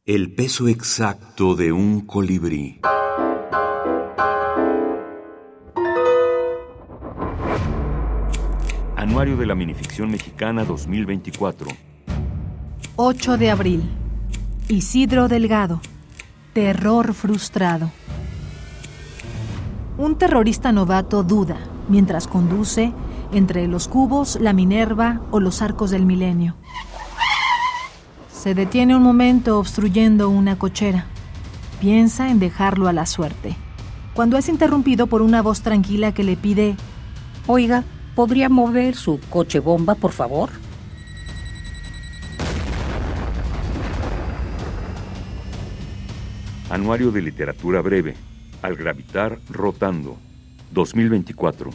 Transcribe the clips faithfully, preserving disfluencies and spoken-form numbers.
El peso exacto de un colibrí. Anuario de la Minificción Mexicana dos mil veinticuatro. ocho de abril. Isidro Delgado. Terror frustrado. Un terrorista novato duda mientras conduce entre los cubos, la Minerva o los arcos del milenio. Se detiene un momento obstruyendo una cochera. Piensa en dejarlo a la suerte, cuando es interrumpido por una voz tranquila que le pide: Oiga, ¿podría mover su coche bomba, por favor? Anuario de Literatura Breve. Al gravitar rotando. dos mil veinticuatro.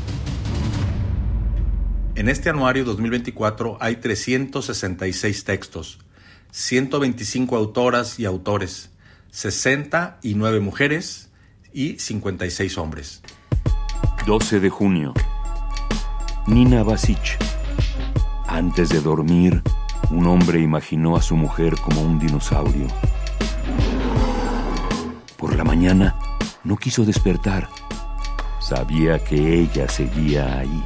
En este anuario dos mil veinticuatro hay trescientos sesenta y seis textos, ciento veinticinco autoras y autores, sesenta y nueve mujeres y cincuenta y seis hombres. doce de junio. Nina Basic. Antes de dormir, un hombre imaginó a su mujer como un dinosaurio. Por la mañana, no quiso despertar. Sabía que ella seguía ahí.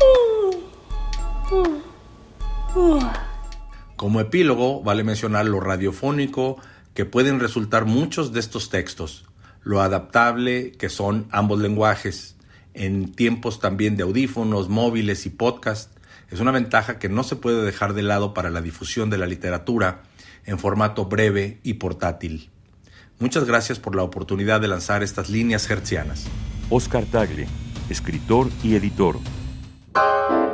Como epílogo, vale mencionar lo radiofónico que pueden resultar muchos de estos textos, lo adaptable que son ambos lenguajes, en tiempos también de audífonos, móviles y podcast. Es una ventaja que no se puede dejar de lado para la difusión de la literatura en formato breve y portátil. Muchas gracias por la oportunidad de lanzar estas líneas hertzianas. Oscar Tagle, escritor y editor.